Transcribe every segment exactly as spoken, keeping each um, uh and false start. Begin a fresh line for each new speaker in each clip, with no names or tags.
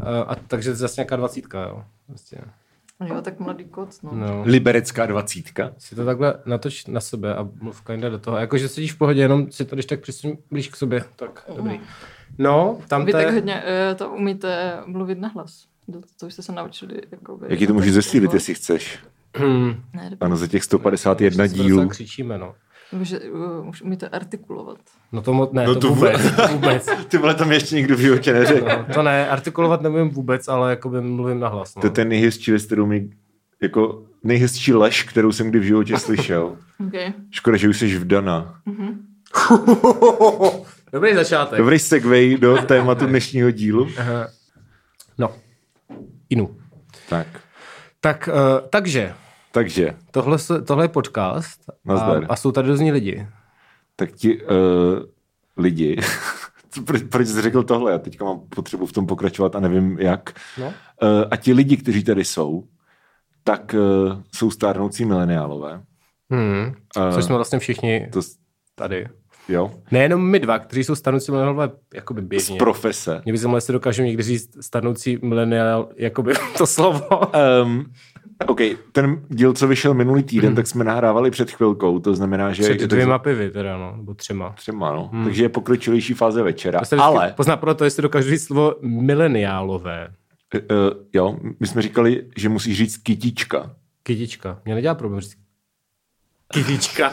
a takže zase nějaká dvacítka, jo. Vlastně.
Jo, tak mladý koc, no.
no. Liberecká dvacítka.
Si to takhle natoč na sebe a mluv kinda do toho. Jakože sedíš v pohodě, jenom si to když tak přisuň blíž k sobě. Tak, uh-huh. dobrý. No, tam
Vy
te...
tak hodně to umíte mluvit nahlas. To už jste se naučili. Jakoby,
Jaký to můžeš zesílit, jestli chceš?
Ne,
ano, za těch sto padesát jedna dílů.
Křičíme, no.
Nebo že uh, už umíte artikulovat.
No to mo- ne,
no
to,
to
vůbec. vůbec.
Ty vole, tam ještě nikdo v životě neřekl.
No, to ne, artikulovat nemůžu vůbec, ale jakoby mluvím nahlas. No.
To je ten nejhezčí věc, kterou mi, jako nejhezčí lež, kterou jsem kdy v životě slyšel.
Okay.
Škoda, že už jsi vdaná.
Mm-hmm.
Dobrý začátek.
Dobrý segway do tématu dnešního dílu.
Aha. No, Inu.
Tak.
Tak, uh, takže.
Takže.
Tohle, tohle je podcast a, a jsou tady různí lidi.
Tak ti uh, lidi, proč, proč jsi řekl tohle? Já teďka mám potřebu v tom pokračovat a nevím jak.
No.
Uh, a ti lidi, kteří tady jsou, tak uh, jsou stárnoucí mileniálové.
Hmm.
Uh,
Což jsme vlastně všichni
to,
tady.
Jo.
Nejenom my dva, kteří jsou stárnoucí mileniálové jakoby běžně.
Z profese.
Mě by se mohli, jestli dokážu někdy říct stárnoucí mileniál, jakoby to slovo.
Um, OK, ten díl, co vyšel minulý týden, tak jsme nahrávali před chvilkou, to znamená, že...
Před dvěma pivy teda, no, nebo třema.
Třema, no.
Hmm.
Takže je pokročilejší fáze večera,
to
ale...
Pozná pro to, jestli dokážu říct slovo mileniálové.
Uh, jo, my jsme říkali, že musíš říct kytička.
Kytička. Mě nedělá problém říct kytička.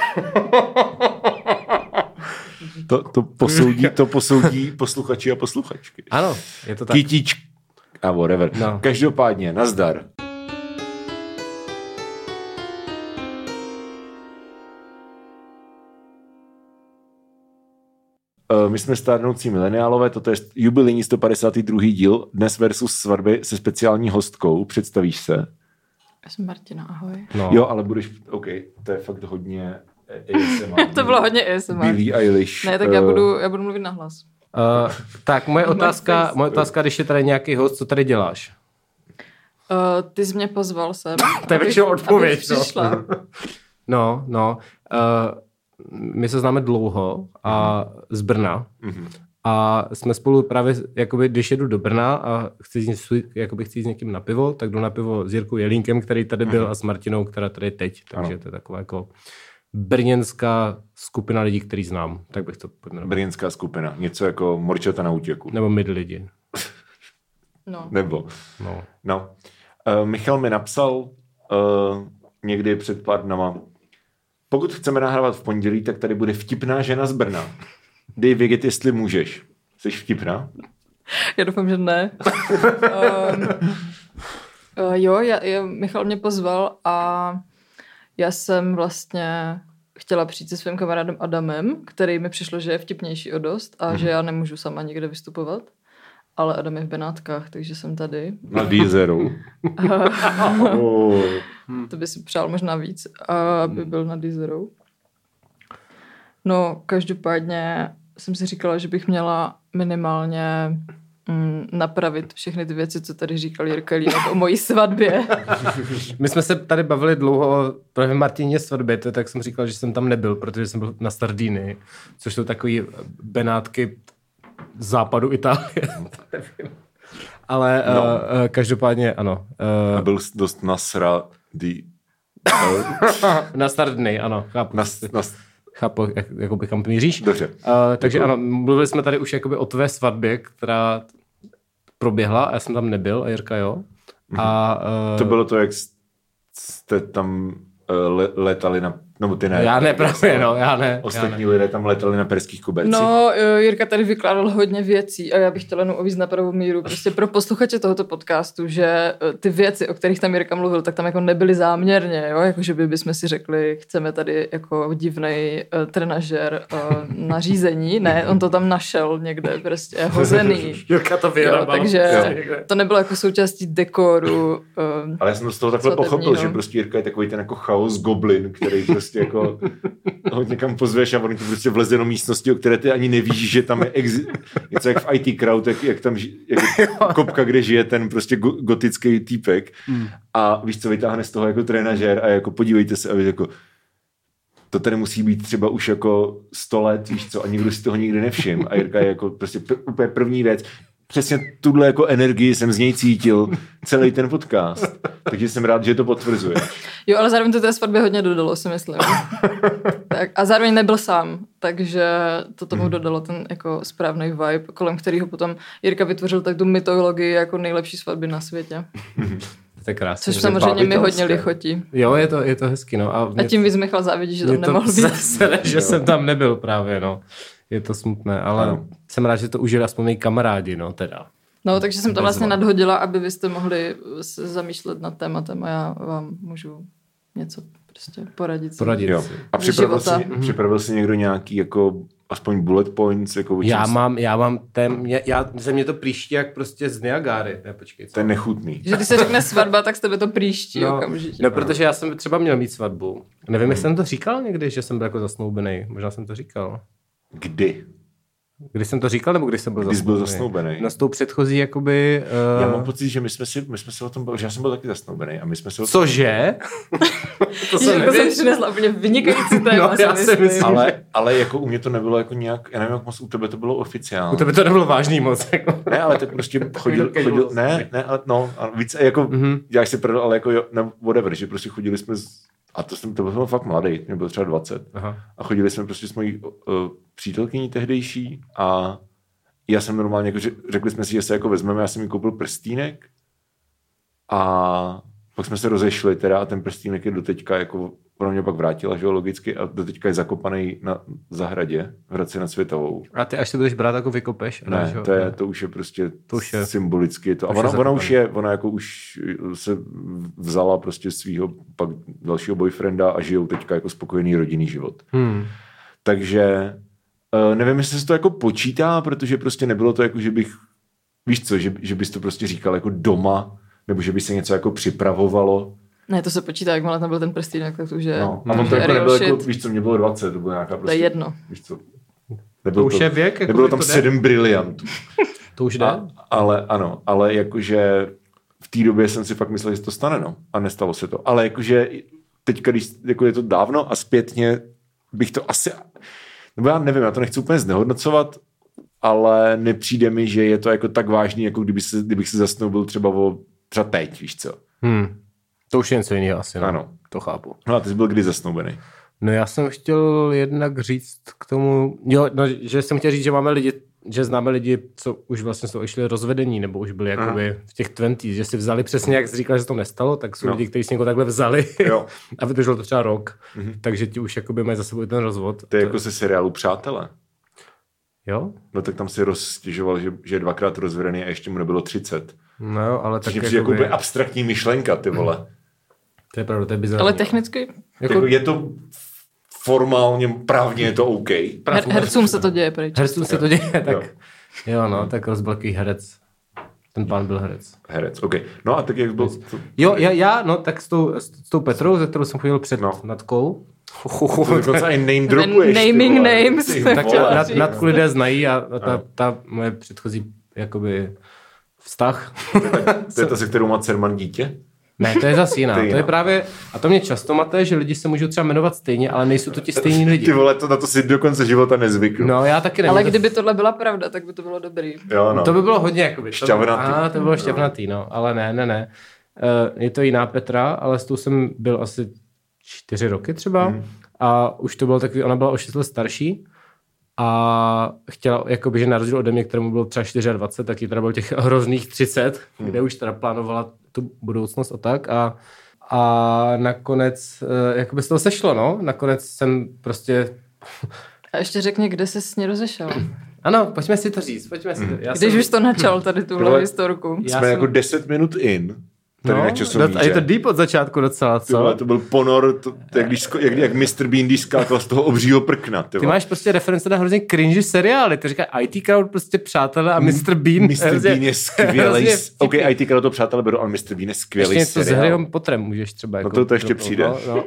To, to, posoudí, to posoudí posluchači a posluchačky.
Ano, je to tak.
Kytička. A whatever. No. Každopádně, nazdar. My jsme stárnoucí mileniálové, toto je jubilejní sto padesátý druhý díl, dnes versus svatby se speciální hostkou. Představíš se?
Já jsem Martina, ahoj.
No. Jo, ale budeš, OK, to je fakt hodně A S M R.
To bylo hodně A S M R.
Billie Eilish.
Ne, tak já budu, já budu mluvit nahlas.
Uh, tak moje otázka, moje otázka, když je tady nějaký host, co tady děláš?
Uh, ty jsi mě pozval sem.
To je většinou odpověď.
No,
no. no. Uh, my se známe dlouho a z Brna. Mm-hmm. A jsme spolu právě, jakoby, když jedu do Brna a chci, jakoby, chci s někým na pivo, tak jdu na pivo s Jirkou Jelínkem, který tady byl, mm-hmm. a s Martinou, která tady je teď. Takže ano. To je taková jako brněnská skupina lidí, který znám. Tak bych to pojmenoval.
Brněnská skupina. Něco jako Morčata na útěku.
Nebo mid lidi.
No.
Nebo.
No.
no. Uh, Michal mi napsal uh, někdy před pár dnama: pokud chceme nahrávat v pondělí, tak tady bude vtipná žena z Brna. Dej vědět, jestli můžeš. Jsi vtipná?
Já doufám, že ne. um, uh, jo, já, já, Michal mě pozval a já jsem vlastně chtěla přijít se svým kamarádem Adamem, který mi přišlo, že je vtipnější o dost a mm. že já nemůžu sama nikde vystupovat. Ale Adam je v Benátkách, takže jsem tady.
Nad Jízerou.
oh. To by si přál možná víc, aby byl nad Jízerou. No, každopádně jsem si říkala, že bych měla minimálně mm, napravit všechny ty věci, co tady říkal Jirka Jelínek o mojí svatbě.
My jsme se tady bavili dlouho o právě Martině svatbě, tak jsem říkal, že jsem tam nebyl, protože jsem byl na Sardinii, což jsou takový Benátky západu Itálie. Ale no. uh, uh, každopádně ano.
Uh, A byl dost nasradý.
Na Sardinii, ano. Chápu.
Nas, nas...
Chápu, jak, jakoby kam míříš.
Dobře.
Uh, takže ano, mluvili jsme tady už jakoby o tvé svatbě, která proběhla a já jsem tam nebyl a Jirka jo. Mm-hmm. A, uh,
to bylo to, jak jste tam uh, le- letali na... No, ty ne.
Já ne, právě, no, já ne.
Ostatní
já ne.
lidé tam letali na perských kobercích.
No, Jirka tady vykládal hodně věcí a já bych chtěla jenom uvíct na pravou míru. Prostě pro posluchače tohoto podcastu, že ty věci, o kterých tam Jirka mluvil, tak tam jako nebyly záměrně, jo? Jako, že by bychom si řekli, chceme tady jako divnej uh, trenažer uh, na řízení. Ne, on to tam našel někde, prostě hozený.
Jirka to vyhrabal.
Takže jo. To nebylo jako součástí dekoru. Uh,
Ale já jsem to z toho takhle pochopil, no. Že prostě Jirka je takový ten jako chaos goblin, který prostě jako ho někam pozveš a on ti prostě vleze do místnosti, o které ty ani nevíš, že tam je exi- něco jak v í té Crowd, jak, jak tam ži- jak kopka, kde žije ten prostě go- gotický týpek hmm. a víš co, vytáhne z toho jako trenažér a jako podívejte se a víš jako to tady musí být třeba už jako sto let, víš co, a nikdo si toho nikdy nevšim a Jirka je jako prostě pr- úplně první věc. přesně tuhle jako energii jsem z něj cítil celý ten podcast. Takže jsem rád, že to potvrzuje.
Jo, ale zároveň to té svatbě hodně dodalo, si myslím. Tak, a zároveň nebyl sám, takže to tomu dodalo ten jako správný vibe, kolem kterého potom Jirka vytvořil tak tu mytologii jako nejlepší svatby na světě.
To je krásné.
Což samozřejmě mi hodně lichotí.
Jo, je to, je to hezky, no.
A, mě, a tím víc Michal závidí, že tam nemohl být.
Zase, že jsem tam nebyl právě, no. Je to smutné, ale ano. Jsem rád, že to užili aspoň mý kamarádi, no teda.
No, takže jsem to vlastně nadhodila, aby vy jste mohli se zamýšlet nad tématem a já vám můžu něco prostě poradit.
Poradit
jo. A připravil jsi, mm-hmm. připravil jsi někdo nějaký jako aspoň bullet points? Jako
já, mám, já mám, tém, já, já, ze mě to příští jak prostě z Niagary. Ne, počkej, co?
To je nechutný.
Že když se řekne svatba, tak z tebe to příští
no,
okamžitě.
No, protože já jsem třeba měl mít svatbu. Nevím, jestli jsem to říkal někdy, že jsem byl jako zasnoubený. Možná jsem to říkal.
Kdy?
Když jsem to říkal, nebo když jsem byl
když
zasnoubený?
byl zasnoubený.
No s tou předchozí, jakoby... Uh...
Já mám pocit, že my jsme si, my jsme si o tom byl, že já jsem byl taky zasnoubený. A my jsme si o tom...
Cože?
to jsem jako jsem přinesla úplně vynikající téma.
No, já si myslím.
Ale, ale jako u mě to nebylo jako nějak, já nevím, jak moc u tebe to bylo oficiální.
U tebe to nebylo vážný moc. Jako.
Ne, ale tak prostě chodil, chodil ne, ne, ale no, a víc, jako, mm-hmm. já si prdel, ale jako, jo, ne, whatever, že prostě chodili jsme z, a to jsem, to byl fakt mladý, mě bylo třeba dvacet. Aha. A chodili jsme prostě s mojí uh, přítelkyní tehdejší a já jsem normálně, jako, řekli jsme si, že se jako vezmeme, já jsem jí koupil prstínek a pak jsme se rozešli teda a ten prstínek je doteďka jako, ona mě pak vrátila, že jo, logicky a doteďka je zakopaný na zahradě v Hradci nad Světovou.
A ty až se budeš brát, jako vykopeš?
Ne, ne to, je, to už je prostě to už je, symbolicky. To. A ona, ona už je, ona jako už se vzala prostě svýho pak dalšího boyfrienda a žijou teďka jako spokojený rodinný život. Hmm. Takže nevím, jestli se to jako počítá, protože prostě nebylo to jako, že bych, víš co, že, že bys to prostě říkal jako doma, nebo že by se něco jako připravovalo.
Ne, to se počítá, jak malé tam byl ten prstínek, tak to už je...
No, a on to jako nebylo jako, víš co, mě bylo dvacet, to bylo nějaká prostě...
To je jedno.
Víš co,
to už to, je věk, jako
nebylo tam sedm briliantů.
To už jde?
A, ale ano, ale jakože v té době jsem si fakt myslel, že se to stane, no. A nestalo se to. Ale jakože teďka, když jako je to dávno a zpětně bych to asi... Nebo já nevím, já to nechci úplně znehodnocovat, ale nepřijde mi, že je to jako tak vážný, jako kdyby se, kdybych se zasnoubil třeba o třeba teď, víš co.
Hmm. To už je něco jiného asi, no.
Ano.
To chápu.
No a ty jsi byl kdy zasnoubený?
No já jsem chtěl jednak říct k tomu, jo, no, že jsem chtěl říct, že máme lidi, že známe lidi, co už vlastně jsou išli rozvedení, nebo už byli jakoby v těch dvacátých, že si vzali přesně, jak jsi říkal, že se to nestalo, tak jsou no. lidi, kteří si někoho takhle vzali jo. a vydrželo to třeba rok, mm-hmm. takže ti už jakoby mají za sebou ten rozvod.
To je to... jako ze seriálu Přátelé.
Jo?
No tak tam si rozstěžoval, že, že je dvakrát rozvedený a ještě mu nebylo třicet.
No jo, ale tak
jakoby... jako by abstraktní myšlenka, ty vole.
To je pravda, to je bizarní.
Ale technicky?
Jako... Jako je to formálně, právně je to OK.
Her, hercům se to děje pryč.
Hercům se to děje, tak jo, jo no, tak rozbalký herec. Ten pán byl herec.
Herec, OK. No a tak jak byl...
Jo, já, já no tak s tou, s tou Petrou, ze kterou jsem chodil před no. Natkou.
Dokonce i name dropuješ.
Naming names.
Tak nad, Natku lidé znají a ta, ta moje předchozí jakoby vztah.
To je ta, se kterou má Cerman dítě?
Ne, to je zase jiná. To je právě, a to mě často mate, že lidi se můžou třeba jmenovat stejně, ale nejsou to ti stejní lidi.
Ty vole, to, na to si do konce života nezvyknu.
No, já taky nevím.
Ale kdyby tohle byla pravda, tak by to bylo dobrý.
Jo, no.
To by bylo hodně jakoby.
Šťavnatý.
Aha, to by bylo šťavnatý, no. Ale ne, ne, ne. Uh, je to jiná Petra, ale s tou jsem byl asi čtyři roky třeba hmm. a už to bylo takový, ona byla o šest let starší a chtěla, jakoby, že na rozdíl ode mě, kterému bylo třeba dvacet čtyři, tak jí teda bylo těch hrozných třicet, hmm. kde už teda plánovala tu budoucnost a tak a, a nakonec jakoby se to sešlo, no. Nakonec jsem prostě...
A ještě řekni, kde se s ní rozešel.
Ano, pojďme si to říct, pojďme si to. Já
Když
jsem...
už to načal tady tuhle historku.
Jsme jsem... jako deset minut in. Tady
no,
na časomíře.
A je to deep od začátku docela, co?
Tyhle, to byl ponor, to, jak, když, jak, jak mister Bean, když skákal z toho obřího prkna. Tyhle.
Ty máš prostě reference na hrozně cringy seriály. Ty říká í té Crowd prostě přátelé a mister Bean.
mister Hrozně, Bean je skvělý. OK, í té Crowd to přátelé beru, ale mister Bean je skvělý
ještě
seriál.
Ještě něco s Harrym Potterem můžeš třeba. Jako
no to, to ještě přijde. No, no.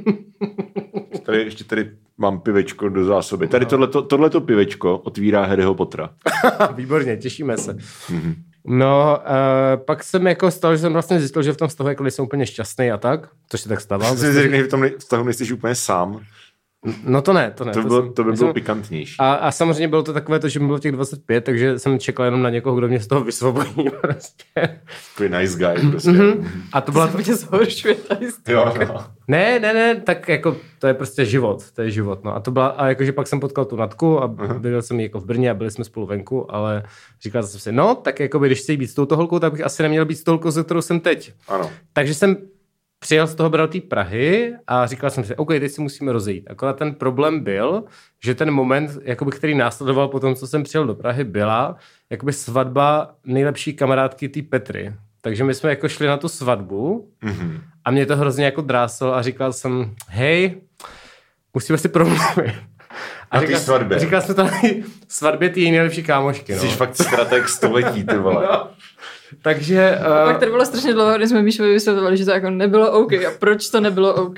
Tady, ještě tady mám pivečko do zásoby. Tady no. tohleto, tohleto pivečko otvírá Harryho Pottera.
Výborně, těšíme se. Mm-hmm. No, uh, pak jsem jako stalo, že jsem vlastně zjistil, že v tom vztahu jako nejsem úplně šťastný a tak, což se tak stává.
Jsi řekl, že v tom vztahu nejsi úplně sám.
No to ne, to ne.
To,
to,
bylo,
jsem,
to by bylo
jsem,
pikantnější.
A, a samozřejmě bylo to takové to, že mi bylo těch dvacet pět, takže jsem čekal jenom na někoho, kdo mě z toho vysvobodí. Prostě.
Takový nice guy prostě.
Mm-hmm. A to byla to...
tě zhoršuje tady.
Jo, no.
Ne, ne, ne, tak jako to je prostě život, to je život, no. A to byla, a jakože pak jsem potkal tu Natku a uh-huh. byl jsem jako v Brně a byli jsme spolu venku, ale říkal jsem si, no, tak jako by, když chci být s touto holkou, tak bych asi neměl být s tou holkou, se kterou jsem teď.
Ano.
Takže jsem přijel z toho bral té Prahy a říkal jsem si, OK, teď si musíme rozejít. Akorát ten problém byl, že ten moment, jakoby, který následoval po tom, co jsem přijel do Prahy, byla jakoby svatba nejlepší kamarádky té Petry. Takže my jsme jako šli na tu svatbu mm-hmm. a mě to hrozně jako dráslo a říkal jsem, hej, musíme si promluvit. A
na té svatbě.
Říkal jsem to na svatbě ty její nejlepší kámošky.
Jsi
no.
fakt strateg století, ty vole.
No. Takže... Uh...
A pak to bylo strašně dlouho, když jsme Míšovi vysvětlovali, že to jako nebylo OK. A proč to nebylo OK?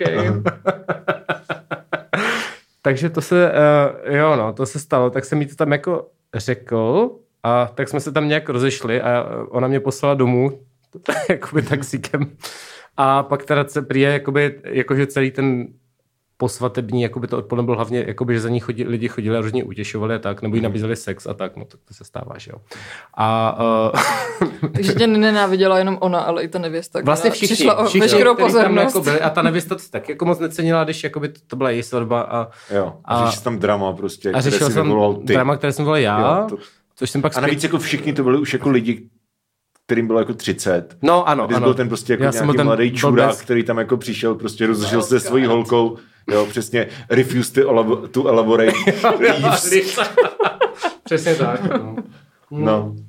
Takže to se, uh, jo no, to se stalo. Tak jsem jí to tam jako řekl a tak jsme se tam nějak rozešli a ona mě poslala domů jakoby taxíkem. A pak teda se prý jakoby, jakože celý ten posvatební, jakoby to odpoledne bylo hlavně, jakoby, že za ní chodili, lidi chodili a různě utěšovali a tak, nebo jí nabízeli sex a tak, no to, to se stává, že jo. A... Uh...
Takže tě nenáviděla jenom ona, ale i ta nevěsta,
vlastně všichni,
přišla o
všichni,
veškerou
tam
pozornost.
Jako byli, a ta nevěsta to tak jako moc necenila, když jakoby to, to byla její svatba a...
Jo, a, a řešil tam drama prostě,
a
které si vyvolal ty.
Drama, které jsem volal já, jo, to... což jsem pak...
A navíc jako všichni to byli už jako lidi, kterým bylo jako třicet.
No ano,
ano.
Byl
ten prostě jako
já
nějaký mladý čurák, bez... který tam jako přišel, prostě rozešel se svojí holkou. Jo, přesně, refuse to, elab- to elaborate.
Přesně tak. No.
no.
Uh,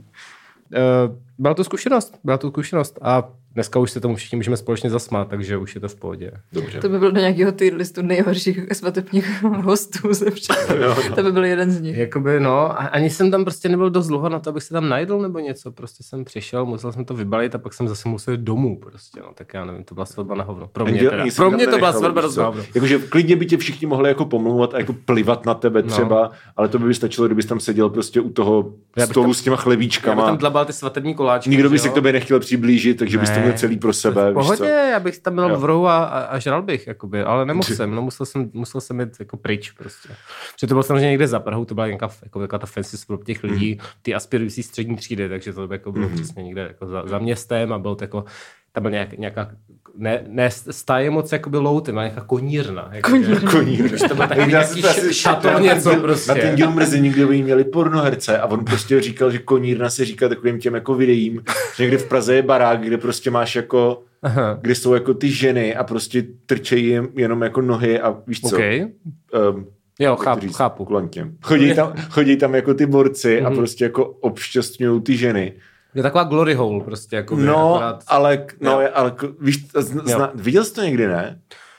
byla to zkušenost, byla to zkušenost a dneska už se tomu všichni můžeme společně zasmát, takže už je to v pohodě.
Dobře.
To by byl do nějakého tier listu nejhorších svatebních hostů ze všech. No, no. To by byl jeden z nich.
Jakoby no, ani jsem tam prostě nebyl dost dlouho na to, abych se tam najdl nebo něco, prostě jsem přišel, musel jsem to vybalit a pak jsem zase musel jít domů prostě, no, tak já nevím, to byla svatba na hovno. Pro mě
Děl,
teda. Pro mě to byla svatba na hovno.
Jakože klidně by tě všichni mohli jako pomlouvat a jako plivat na tebe třeba, no. Ale to by, by stačilo, kdybys tam seděl prostě u toho stolu tam, s těma chlebíčkama.
Já bych tam dlabal ty svatební koláčky.
Nikdo by se k tobě nechtěl přiblížit, takže bys to měl celý pro sebe.
V pohodě, já bych tam byl jo. v rohu a, a, a žral bych, jakoby, ale nemohl jsem, no, musel jsem, musel jsem jít jako pryč prostě. Protože to bylo samozřejmě někde za Prahou, to byla nějaká, jako, jako ta fancy sport těch lidí, mm. ty aspirující střední třídy, takže to jako bylo mm. přesně někde jako za, za městem a bylo to jako, tam byl nějak, nějaká, ne, ne stáje moc jakoby loutem, ale nějaká konírna. Jako,
konírna.
konírna.
To byl takový nějaký šato něco prostě.
Na ten díl mrzení, kde by měli pornoherce a on prostě říkal, že konírna se říká takovým těm jako videím, že někde v Praze je barák, kde prostě máš jako aha. Kde jsou jako ty ženy a prostě trčejí jim jenom jako nohy a víš co?
Okay.
Um,
jo, chápu, chápu.
Chodí tam, chodí tam jako ty borci mm-hmm. a prostě jako obšťastňují ty ženy.
Je taková glory hole prostě. Jako
no,
akorát...
ale, no, ale víš, zna, viděl jsi to někdy, ne?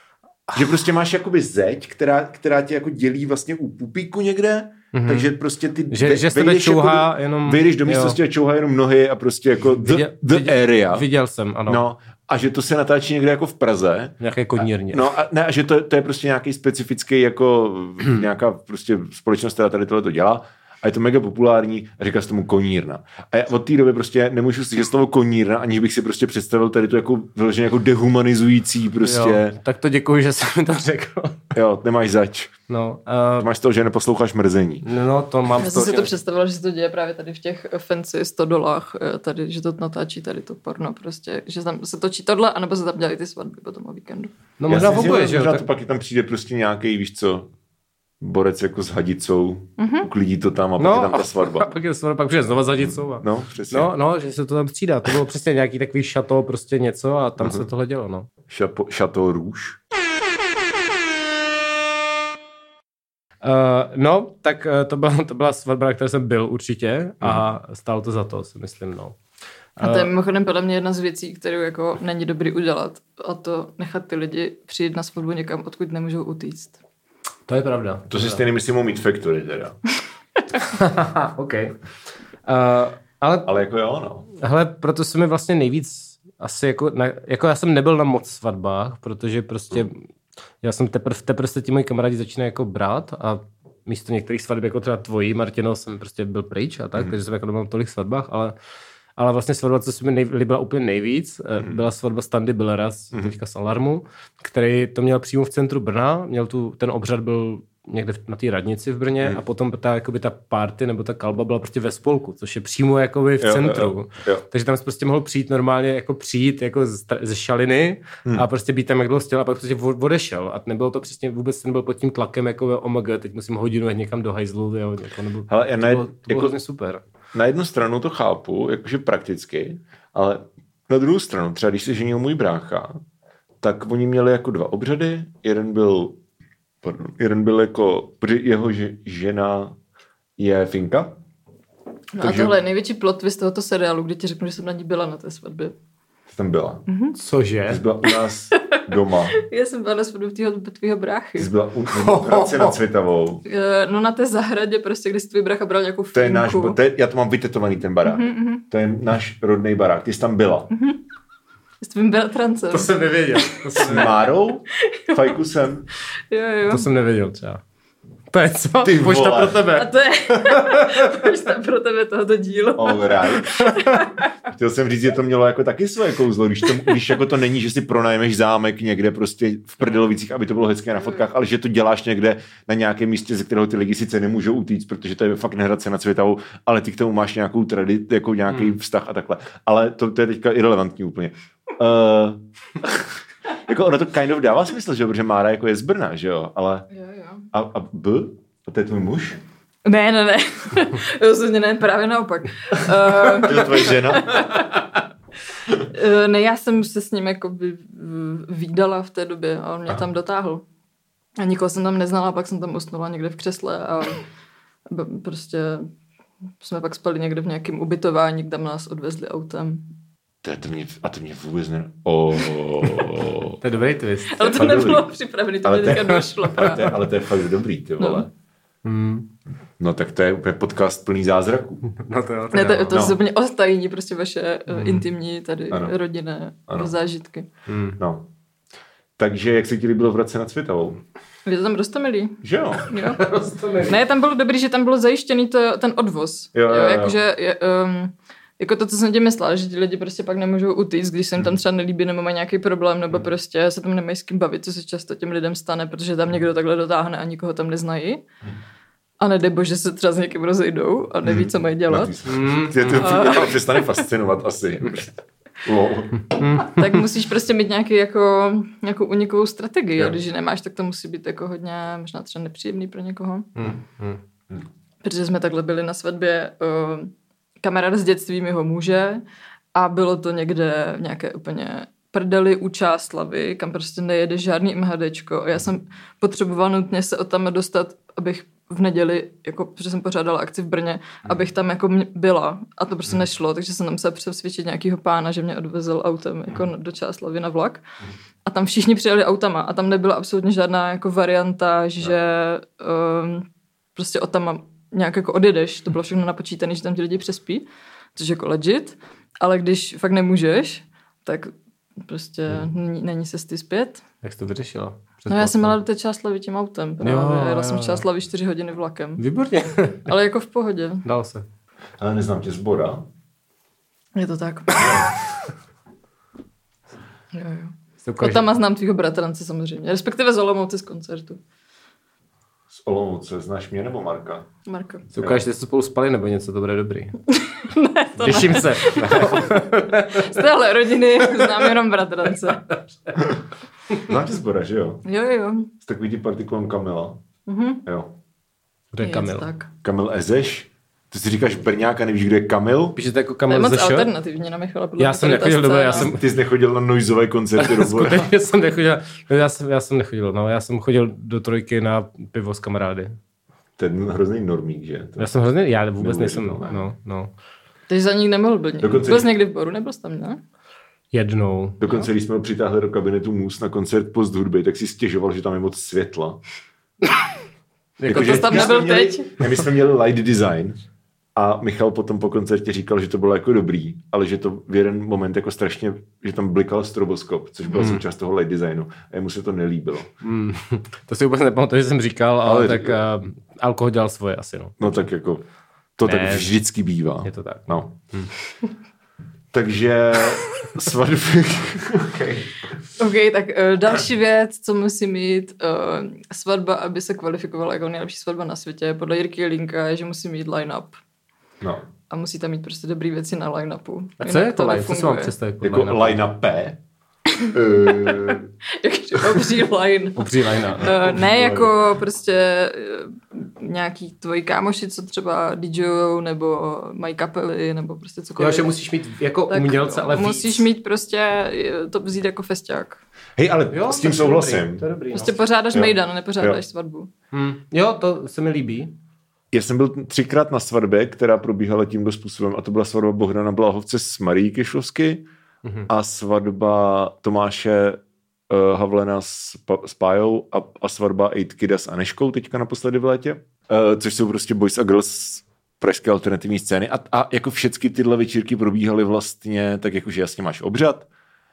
Že prostě máš jakoby zeď, která, která tě jako dělí vlastně u pupíku někde, mm-hmm. takže prostě ty
že, ve, že vejdeš, čouhá jako, jenom,
vejdeš do místnosti a čouhá jenom nohy a prostě jako the, viděl, the
viděl,
area.
Viděl jsem, ano.
No, a že to se natáčí někde jako v Praze.
Nějaké konírně.
A, no a, ne, a že to, to je prostě nějaký specifický jako nějaká prostě společnost, která tady tohle to dělá. A je to mega populární a říká se tomu konírna. A já od té doby prostě nemůžu slyšet slovo konírna, aniž bych si prostě představil tady to jako vyloženě jako dehumanizující prostě.
Jo, tak to děkuji, že jsi mi to řekl.
Jo, nemáš zač.
No, uh,
máš to, že neposloucháš mrzení.
No, to mám.
Já jsem si to představila, že se to děje právě tady v těch fancy stodolách, tady, že to natáčí tady to porno prostě, že tam se točí tohle, anebo se tam dělají ty svatby potom o víkendu.
No možná oboje, že jo.
Možná to pak tam přijde prostě nějaký, víš co, borec jako s hadicou, mm-hmm. uklidí to tam a pak no, je tam ta svatba.
A pak je svatba, pak přijde znova s hadicou. A...
No, přesně.
No, no, že se to tam střídá. To bylo přesně nějaký takový šato, prostě něco a tam uh-huh. se tohle dělo, no.
Šapo, šato růž.
Uh, no, tak uh, to, byla, to byla svatba, na které jsem byl určitě a uh-huh. stálo to za to, si myslím, no.
A to je mimochodem podle mě jedna z věcí, kterou jako není dobrý udělat, a to nechat ty lidi přijít na svatbu někam, odkud nemůžou utíct.
To je pravda.
To si stejně myslím o Meat Factory teda.
OK. Uh, ale,
ale jako jo, no.
Hele, proto se mi vlastně nejvíc asi jako, na, jako já jsem nebyl na moc svatbách, protože prostě mm. já jsem teprve, teprve se ti moji kamarádi začínají jako brát a místo některých svatb, jako třeba tvojí, Martino, jsem prostě byl pryč a tak, mm. takže jsem jako nebyl na tolik svatbách, ale ale vlastně svatba, co se mi nej, líbila úplně nejvíc, mm. byla svatba Standy Billera, mm. teďka z Alarmu, který to měl přímo v centru Brna, měl tu, ten obřad byl někde na té radnici v Brně hmm. a potom ta, jakoby ta party nebo ta kalba byla prostě ve spolku, což je přímo jakoby v jo, centru. Jo, jo. Takže tam jsi prostě mohl přijít normálně, jako přijít jako ze šaliny hmm. a prostě být tam jak dlouho chtěl a pak prostě odešel. A nebylo to přesně vůbec, ten byl pod tím tlakem jako O M G, teď musím hodinu jít někam do hajzlu, jo, jako, nebo,
hele, já
to, bylo, to bylo
jako,
hrozně super.
Na jednu stranu to chápu, jakože prakticky, ale na druhou stranu, třeba když se ženil můj brácha, tak oni měli jako dva obřady, jeden byl Pardon. Jeden byl jako, protože jeho žena je Finka.
No takže... a tohle je největší plot twist tohoto seriálu, kdy ti řeknu, že jsem na ní byla na té svatbě.
Jsi tam byla?
Mm-hmm.
Cože?
Jsi byla u nás doma.
Já jsem byla na svatbě tvýho bráchy.
Jsi byla u Hradce nad Svitavou.
No na té zahradě prostě, kde si tvůj brácha bral nějakou Finku.
To je náš, to je, já to mám vytetovaný ten barák. Mm-hmm. To je náš rodný barák. Ty jsi tam byla.
Mm-hmm. S tvým bratrancem.
To jsem nevěděl. To jsem
S Márou? Fajkusem?
Jo, jo.
To jsem nevěděl třeba. To je co?
Ty
pošta pro tebe.
A to je pošta pro tebe tohoto dílu.
All right. Chtěl jsem říct, že to mělo jako taky své kouzlo, když, to, když jako to není, že si pronajmeš zámek někde prostě v Prdelovicích, aby to bylo hezké na fotkách, ale že to děláš někde na nějakém místě, ze kterého ty lidi sice nemůžou utíct, protože to je fakt Hradce nad Svitavou, ale ty k tomu máš nějakou tradici, jako nějaký hmm. vztah a takhle. Ale to, to je teďka irelevantní úplně. Uh, jako ono to kind of dává smysl, že jo, protože Mára jako je z Brna, že jo, ale
jo, jo.
A, a B? A to je tvůj muž?
Ne, ne, ne. Rozhodně ne, právě naopak. Uh,
to je tvoje žena?
uh, ne, já jsem se s ním jako vídala v té době a on mě a. tam dotáhl. A nikoho jsem tam neznala, pak jsem tam usnula někde v křesle a prostě jsme pak spali někde v nějakém ubytování, kde nás odvezli autem.
To, to mě, a to mě vůbec ne... Oh.
To je dobrý twist.
Ale to nebylo připravený, to mě teďka došlo.
Ale to, je, ale to je fakt dobrý, ty vole. No.
Hmm.
No tak to je úplně podcast plný zázraků.
No to, jo, to,
ne, to, to
no.
se úplně ostajní prostě vaše hmm. intimní tady ano. rodinné ano. zážitky.
Hmm. No. Takže jak se ti líbilo v Hradci nad Svitavou?
Je to tam roztomilý.
Že jo?
jo. Ne, tam bylo dobrý, že tam bylo zajištěný to, ten odvoz.
Jo, jo, jo.
Jakože... Um, jako to, co jsem ti myslela, že ti lidi prostě pak nemůžou utíct, když se jim tam třeba nelíbí nebo mají nějaký problém, nebo prostě se tam nemají s kým bavit, co se často těm lidem stane, protože tam někdo takhle dotáhne a nikoho tam neznají. A nedej bože se třeba s někým rozejdou a neví, co mají dělat.
Tě to a... přestane fascinovat asi. Wow.
Tak musíš prostě mít nějaký jako, nějakou unikovou strategii. A když ji nemáš, tak to musí být jako hodně, možná třeba nepříjemný pro někoho. Hmm. Hmm. Protože jsme takhle byli na svatbě uh, kamarád z dětství mého muže a bylo to někde v nějaké úplně prdeli u Čáslavy, kam prostě nejede žádný MHDčko. A já jsem potřebovala nutně se od tam dostat, abych v neděli, jako, protože jsem pořádala akci v Brně, abych tam jako byla. A to prostě nešlo, takže jsem tam se přesvědčit nějakýho pána, že mě odvezl autem jako do Čáslavy na vlak. A tam všichni přijeli autama a tam nebyla absolutně žádná jako varianta, že um, prostě od tam nějak jako odjedeš. To bylo všechno napočítané, že tam ti lidi přespí, což jako legit. Ale když fakt nemůžeš, tak prostě hmm. není, není cesty zpět.
Jak jsi to vyřešila?
No já jsem měla do té Čáslavy tím autem. Právě. Jo, Jela jo, jsem v Čáslavy čtyři hodiny vlakem.
Výborně.
Ale jako v pohodě.
Dal se.
Ale neznám tě z Bora.
Je to tak. jo, jo. O tam znám tvýho bratrance samozřejmě. Respektive z Olomouce z koncertu.
Z Olomouce. Znáš mě nebo Marka?
Marka.
Si ukážeš, že jste spolu spali nebo něco, to bude dobrý.
ne, to
Těším
ne.
se.
Z téhle rodiny znám jenom bratrance.
Znáš z Bora, že jo?
Jo, jo.
Z takový ti partikulem Kamila.
Mhm.
Jo.
Kdo je Kamil?
Tak.
Kamil Ezeš? Ty si říkáš Brňák a nevíš, kdo je Kamil?
Píše to jako Kamil
Zešo? To je moc
Zešo?
alternativní na Michala.
Já jsem nechodil do já jsem...
Ty jsi nechodil na noizové koncerty do Bora?
Skutečně jsem nechodil. Já jsem, já jsem nechodil, no. Já jsem chodil do Trojky na pivo s kamarády.
To je hrozný normík, že? To...
Já jsem hrozný, já vůbec nejsem, no, no, no.
Ty za ní nemohl být.
Dokonce...
Byl jsi někdy v Boru, nebyl jsi tam, ne?
Jednou.
Dokonce, no. Když jsme ho přitáhli do kabinetu Mus na koncert Post hudby, tak si stěžoval, že tam je moc světla.
jako to tam nebyl
měli,
teď?
Ne, my jsme měli light design a Michal potom po koncertě říkal, že to bylo jako dobrý, ale že to v jeden moment jako strašně, že tam blikal stroboskop, což byla hmm. součást toho light designu a jemu se to nelíbilo.
Hmm. To si vůbec nepamatuju, že jsem říkal, ale, ale tak uh, alkohol dělal svoje asi, no.
No tak jako, to ne, tak vždycky bývá.
Je to tak.
No. Hmm. Takže svatby...
okay. OK, tak uh, další věc, co musí mít uh, svatba, aby se kvalifikovala jako nejlepší svatba na světě, podle Jirky Linka je, že musí mít line-up.
No.
A musí tam mít prostě dobrý věci na line-upu.
A co je to line? Co si mám představit?
Jako line-up P?
Jakže obří line.
Obří line.
Uh, ne jako prostě uh, nějaký tvoji kámoši, co třeba DJujou, nebo mají kapely, nebo prostě cokoliv.
Jo, že musíš mít jako tak umělce, ale víc.
Musíš mít prostě to vzít jako festák.
Hej, ale jo, s tím souhlasím.
Dobrý, to je dobrý,
prostě
no.
pořádáš mejdan, nepořádáš jo. svatbu.
Hmm. Jo, to se mi líbí.
Já jsem byl třikrát na svatbě, která probíhala tímto způsobem a to byla svatba Bohdana Bláhovce s Marí Kešlovsky mm-hmm. a svatba Tomáše uh, Havlena s, s Pájou a, a svatba Eight Kida s Aneškou teďka naposledy v létě, uh, což jsou prostě boys a girls pražské alternativní scény a, a jako všechny tyhle večírky probíhaly vlastně tak jakože jasně máš obřad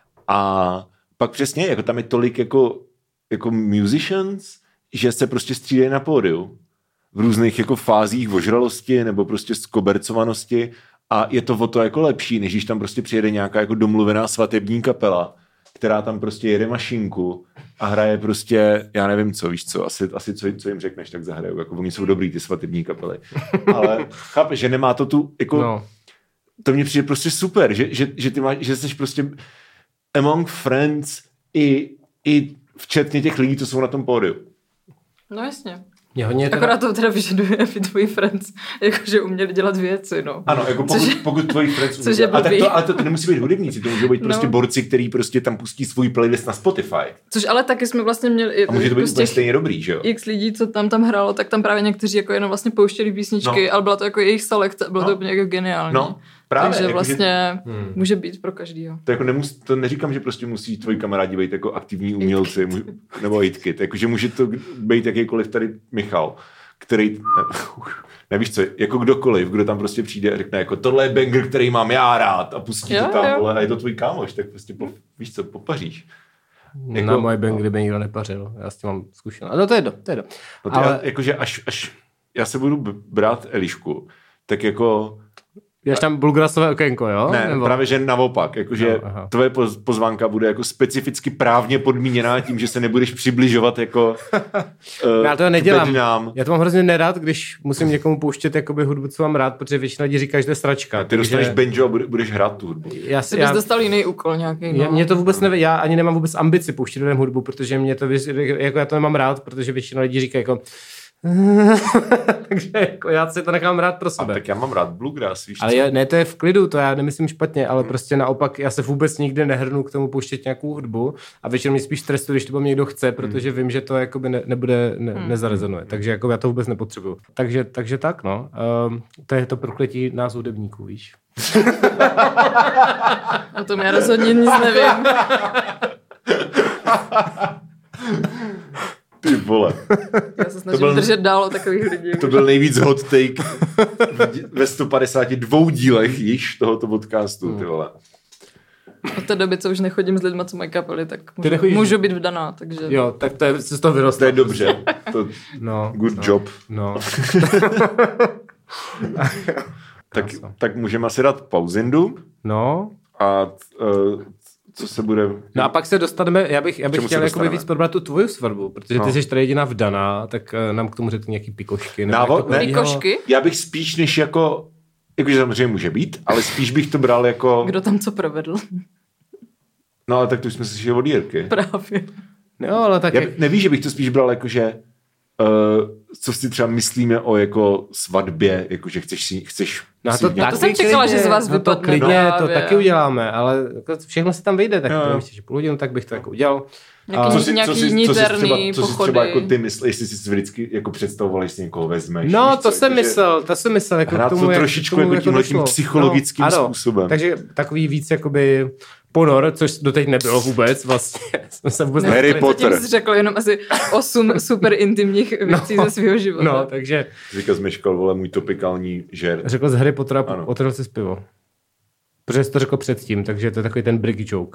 a pak přesně, jako tam je tolik jako, jako musicians, že se prostě střídají na pódiu v různých jako fázích ožralosti nebo prostě skobercovanosti a je to o to jako lepší, než když tam prostě přijede nějaká jako domluvená svatební kapela, která tam prostě jede mašinku a hraje prostě, já nevím co, víš co, asi, asi co, co jim řekneš, tak zahrajou, jako oni jsou dobrý ty svatební kapely. Ale chápeš, že nemá to tu, jako, no. To mně přijde prostě super, že, že, že ty máš, že jsi prostě among friends i, i včetně těch lidí, co jsou na tom pódiu.
No jasně.
Teda...
Akorát to teda vyžaduje, aby tvoji friends jakože uměli dělat věci, no.
Ano, jako pokud, což, pokud tvoji friends
uměli dělat.
Ale, to, ale to, to nemusí být hudebníci, to můžou být no. prostě borci, který prostě tam pustí svůj playlist na Spotify.
Což ale taky jsme vlastně měli...
A může to být úplně stejně dobrý, že jo?
X lidí, co tam tam hrálo, tak tam právě někteří jako jenom vlastně pouštěli písničky, no. ale byla to jako jejich selekce, bylo no. to úplně jako geniální.
No. Právě,
takže
jako,
vlastně
že... hmm.
může být pro každýho.
To, jako nemus, to neříkám, že prostě musí tvoji kamarádi být jako aktivní umělci, může, nebo hitky, takže může to být jakýkoliv tady Michal, který, ne, nevíš co, jako kdokoliv, kdo tam prostě přijde a řekne, jako tohle je banger, který mám já rád a pustí
jo,
to tam,
jo.
vole, a je to tvůj kámoš, tak prostě, po, víš co, popaříš.
Jako, na moje bangry by nikdo nepařil, já s tím mám zkušenost. No to je do, to je do.
No ale... jakože až, až já se budu brát Elišku, tak jako...
Dáš tam bulgrasové okénko, jo?
Ne, nebo... právě že naopak, jakože no, tvoje pozvánka bude jako specificky právně podmíněná tím, že se nebudeš přibližovat jako uh,
já to nedělám.
Bednám.
Já to mám hrozně nerad, když musím někomu pouštět jakoby hudbu, co mám rád, protože většina lidí říká, že to je sračka.
A ty takže... dostaneš banjo a budeš hrát tu hudbu.
Já si, ty bys já... dostal jiný úkol nějaký. No.
Mě to vůbec neví, já ani nemám vůbec ambici pouštět lidem hudbu, protože mě to, jako já to nemám rád, protože většina lidí říká jako takže jako já si to nechám rád pro sebe.
A tak já mám rád bluegrass, víš
ale já, ne, to je v klidu, to já nemyslím špatně, ale hmm. prostě naopak já se vůbec nikdy nehrnu k tomu pouštět nějakou hudbu a většinou mě spíš stresu, když to někdo chce, protože hmm. vím, že to jakoby ne, nebude, ne, hmm. nezarezonuje, takže jako já to vůbec nepotřebuju. Takže, takže tak, no. Um, to je to prokletí nás hudebníků, víš.
O tom já rozhodně nic nevím.
Ty vole.
Já se snažím byl, držet dál o takových lidí.
To byl nejvíc hot take ve sto padesáti dvou dílech již tohoto podcastu, ty vole.
Od té doby, co už nechodím s lidma, co mají kapely, tak můžu, můžu být vdaná, takže...
Jo, tak to je, z toho vyrostlo.
To je dobře. To,
no,
good
no,
job.
No.
tak, tak můžeme asi dát pauzindu.
No.
A... Uh, co se bude...
No a pak se dostaneme, já bych, já bych chtěl jakoby víc probrat tu tvoju svatbu, protože ty no. jsi tady jediná vdaná, tak uh, nám k tomu řekl nějaký pikošky.
Návod, ne,
pikošky?
Já bych spíš než jako, jakože samozřejmě může být, ale spíš bych to bral jako...
Kdo tam co provedl?
No ale tak to už jsme slyšeli od Jirky.
Právě.
No ale tak...
Já
jak...
nevíš, že bych to spíš bral jakože... Uh, co si třeba myslíme o jako svatbě, jakože chceš si, chceš
no to,
to jsem čekala, že z vás
no
vypadne.
To klidně, no, to taky uděláme, ale všechno se tam vyjde, tak no. Myslím, že půl hodinu, tak bych to jako udělal.
Nějaký,
co si,
nějaký
co si,
níterný
co si třeba, co si třeba jako ty myslíš, jestli jsi vždycky jako představoval, jestli někoho vezmeš.
No,
víš,
to
co,
jsem myslel, to jsem myslel. Jako
hrát
k tomu,
to trošičku
jak,
jako tímhle tím psychologickým
no,
způsobem.
Takže takový víc jakoby ponor, což doteď nebylo vůbec vlastně. Jsme se vůbec
Harry Potter.
Zatím jsi řekl jenom asi osm super intimních věcí no, ze svého života.
No, takže...
Říkal zmeškal, vole, můj topikální žert.
Řekl z Harry Pottera, otevřel si pivo. Protože jsi to řekl předtím, takže to je takový ten brick joke.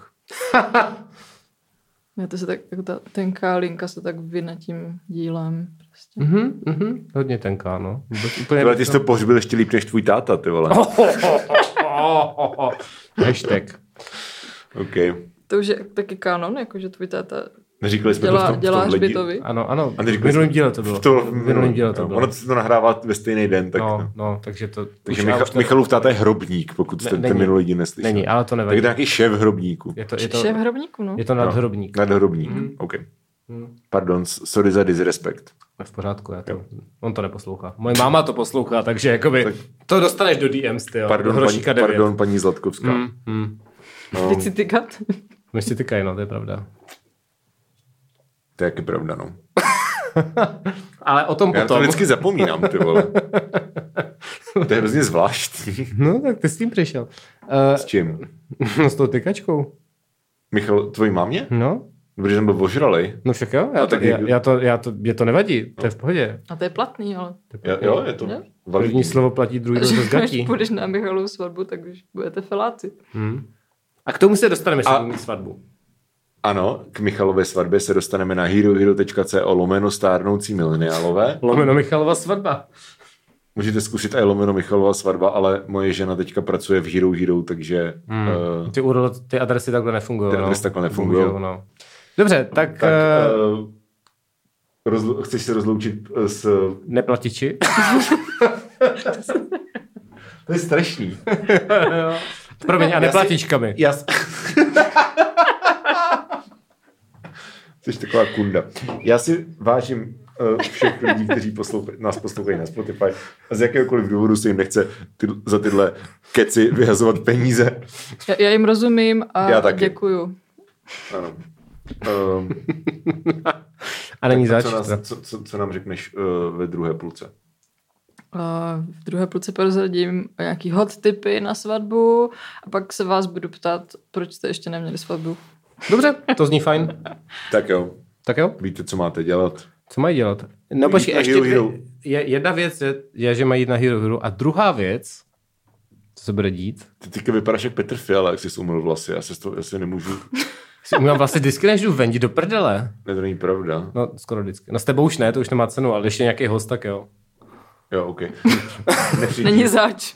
Já to se tak, jako ta tenká linka se tak vyne tím dílem. Prostě.
Mhm, mhm, hodně tenká, no.
Úplně tyhle, ty jsi to pohřbil ještě líp než tvůj táta, ty vole.
Hashtag.
OK.
To už je taky kanon, jakože tvůj táta
Neříkali jsme
dělá,
to v tom,
dělá
v tom lidi.
hřbitovy.
Ano, ano.
A
V minulém díle to bylo.
To,
v minulém díle to
no,
bylo.
Ono se to nahrává ve stejný den. Tak,
no,
no.
no, takže to...
Takže Michal, Michalův táta je hrobník, pokud jste
ne,
ten minulý díl neslyšel.
Není, ale to nevadí.
Tak je to nějaký šéf hrobníku.
Je to, je to,
Šéf hrobníku, no.
Je to nadhrobník.
No, nadhrobník,
Mm.
OK.
Mm.
Pardon, sorry za disrespect.
V pořádku, já to, on to neposlouchá. Moje máma to poslouchá, takže jakoby tak, to dostaneš do D Ms, ty jo.
Pardon, paní, pardon, paní Zlatkovská.
Mm, mm.
No. Teď si tykat.
My si tykají, no, to je pravda.
To je jaký pravda, no.
Ale o tom
Já
potom.
to vždycky zapomínám, ty vole. To je hrozně zvláštní.
No, tak ty s tím přišel. Uh,
S čím?
No, s tou tykačkou.
Michal, tvojí mámě?
No.
Protože jsem byl ožralej.
No však jo, já, to, já, já to, já to, mě to nevadí, to je v pohodě.
A to je platný, ale...
Jo, jo, je to validní.
První slovo platí, druhý to zgatí.
Až půjdeš na Michalovu svatbu, tak už budete feláci.
Hmm. A k tomu se dostaneme,
A...
jestli budu mít svatbu.
Ano, k Michalově svatbě se dostaneme na herohero tečka co lomeno stárnoucí mileniálové.
Lomeno Michalova svatba.
Můžete zkusit i lomeno Michalova svatba, ale moje žena teďka pracuje v Hero Hero, takže...
Hmm.
Uh,
ty, url, ty adresy takhle nefungují.
Ty adresy
no.
takhle nefungují.
No. Dobře, tak...
tak
uh,
uh, rozlo- chceš se rozloučit s...
Neplatiči?
To je strašný.
Promiň, a neplatičkami.
Já si... Jsi taková kunda. Já si vážím uh, všech lidí, kteří poslouchají, nás poslouchají na Spotify a z jakéhokoliv důvodu se jim nechce ty, za tyhle keci vyhazovat peníze.
Já, já jim rozumím a
Já taky.
děkuju.
Ano. Um,
a není zač.
Co, nás, co, co, co nám řekneš uh, ve druhé půlce?
Uh, v druhé půlce prozradím nějaký hot tipy na svatbu a pak se vás budu ptát, proč jste ještě neměli svatbu.
Dobře, to zní fajn.
Tak jo.
Tak jo.
Víte, co máte dělat.
Co mají dělat? No počkej, ještě
Hero, Hero.
Je, jedna věc je, je, že mají jít na Hero Hero a druhá věc, co se bude dít.
Ty teďka vypadáš jak Petr Fiala, jak jsi umyl vlasy. Já se to asi nemůžu...
Si umím vlastně vždycky, než jdu ven, jdi do prdele.
Ne, to není pravda.
No, skoro vždycky. No s tebou už ne, to už nemá cenu, ale ještě nějaký host, tak jo.
Jo, OK.
Není zač.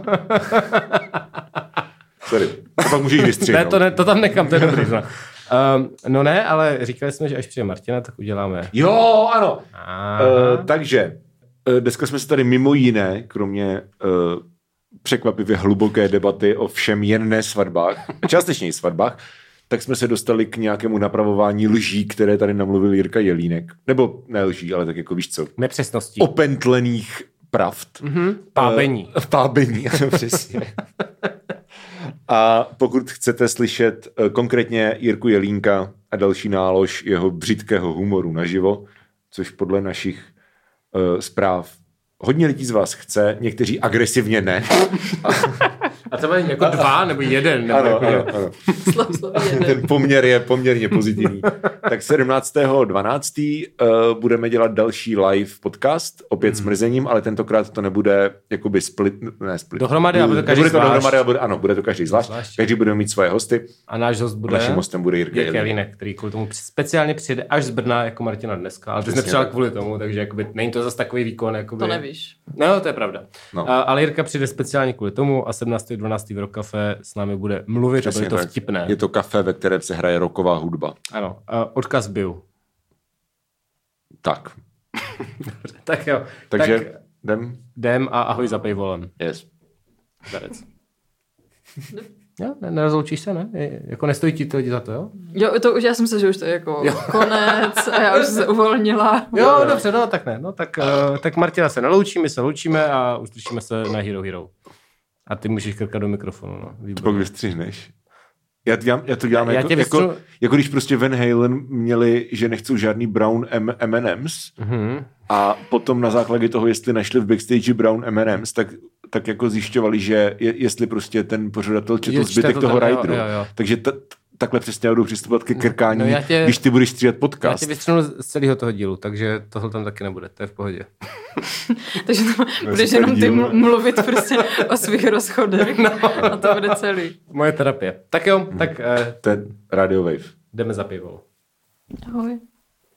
Sorry. To pak můžeš vystřihnout.
Ne, to, ne, to tam nechám, to je dobrý. No. Um, no ne, ale říkali jsme, že až přijde Martina, tak uděláme.
Jo, ano.
Uh,
takže, uh, dneska jsme se tady mimo jiné, kromě uh, překvapivě hluboké debaty o všem jen ne svatbách, částečně i svatbách, tak jsme se dostali k nějakému napravování lží, které tady namluvil Jirka Jelínek. Nebo ne lží, ale tak jako víš co.
Nepřesností.
Opentlených pravd.
Mm-hmm. Pábení.
Uh, pábení, ano, přesně. A pokud chcete slyšet uh, konkrétně Jirku Jelínka a další nálož jeho břitkého humoru naživo, což podle našich uh, zpráv hodně lidí z vás chce, někteří agresivně ne.
A to bude jako dva nebo jeden. Nebo
ano,
jako
ano, ano.
Slav, slav, jeden.
Ten poměr je poměrně pozitivní. Tak sedmnáctého dvanáctého Uh, budeme dělat další live podcast, opět s mrzením, ale tentokrát to nebude jakoby split, ne split.
Dohromady, a bude to každý
nebude to
zvlášť.
dohromady, ale bude, ano, bude to každý zvlášť.
Zvlášť.
Každý bude mít svoje hosty.
A náš host bude...
Naším hostem bude Jirka
Jirka
Jelínek.
Jelínek, který kvůli tomu speciálně přijede až z Brna jako Martina dneska. Ale ty jsi
Přesně
nepřijel
tak.
kvůli tomu, takže jakoby, není to zase takový výkon. Jakoby...
To nevíš.
No, to je pravda.
No.
A, ale Jirka přijde speciálně kvůli tomu a sedmnáctého dvanáctého v Rock Café s námi bude mluvit
Přesně
a bude to
tak.
vtipné.
Je to kafe, ve kterém se hraje rocková hudba.
Ano, a odkaz byl.
Tak.
Tak jo.
Takže
tak
jdem?
jdem a ahoj za paywallem.
Yes.
Darec. Jo, ne, nerozloučíš se, ne? Je, jako nestojí ti to lidi za to, jo?
Jo, to už já jsem se, že už to je jako jo. konec a já už se uvolnila.
Jo, dobře, no tak ne. No tak, uh, tak Martina se neloučí, my se loučíme a uslyšíme se na Hero Hero. A ty můžeš krkat do mikrofonu, no.
To pak vystřihneš. Já to dělám, já to dělám
Já
jako,
tě
jako,
vystřu...
jako, když prostě Van Halen měli, že nechcou žádný brown M and M's
Mm-hmm.
a potom na základě toho, jestli našli v backstage brown M and M's, tak, tak jako zjišťovali, že je, jestli prostě ten pořadatel četl
Je,
zbytek
to
toho
ten,
rideru.
jo, jo, jo.
Takže t- takhle přesně budou přistupovat ke krkání,
No, já tě-
když ty budeš stříhat
Já
podcast.
tě vystřelnu z celého toho dílu, takže tohle tam taky nebude, to je v pohodě.
Takže to budeš jenom ty ml- mluvit prostě o svých rozchodech no. a to bude celý.
Moje terapie. Tak jo, tak uh,
To je Radio Wave.
jdeme za pivo.
Ahoj.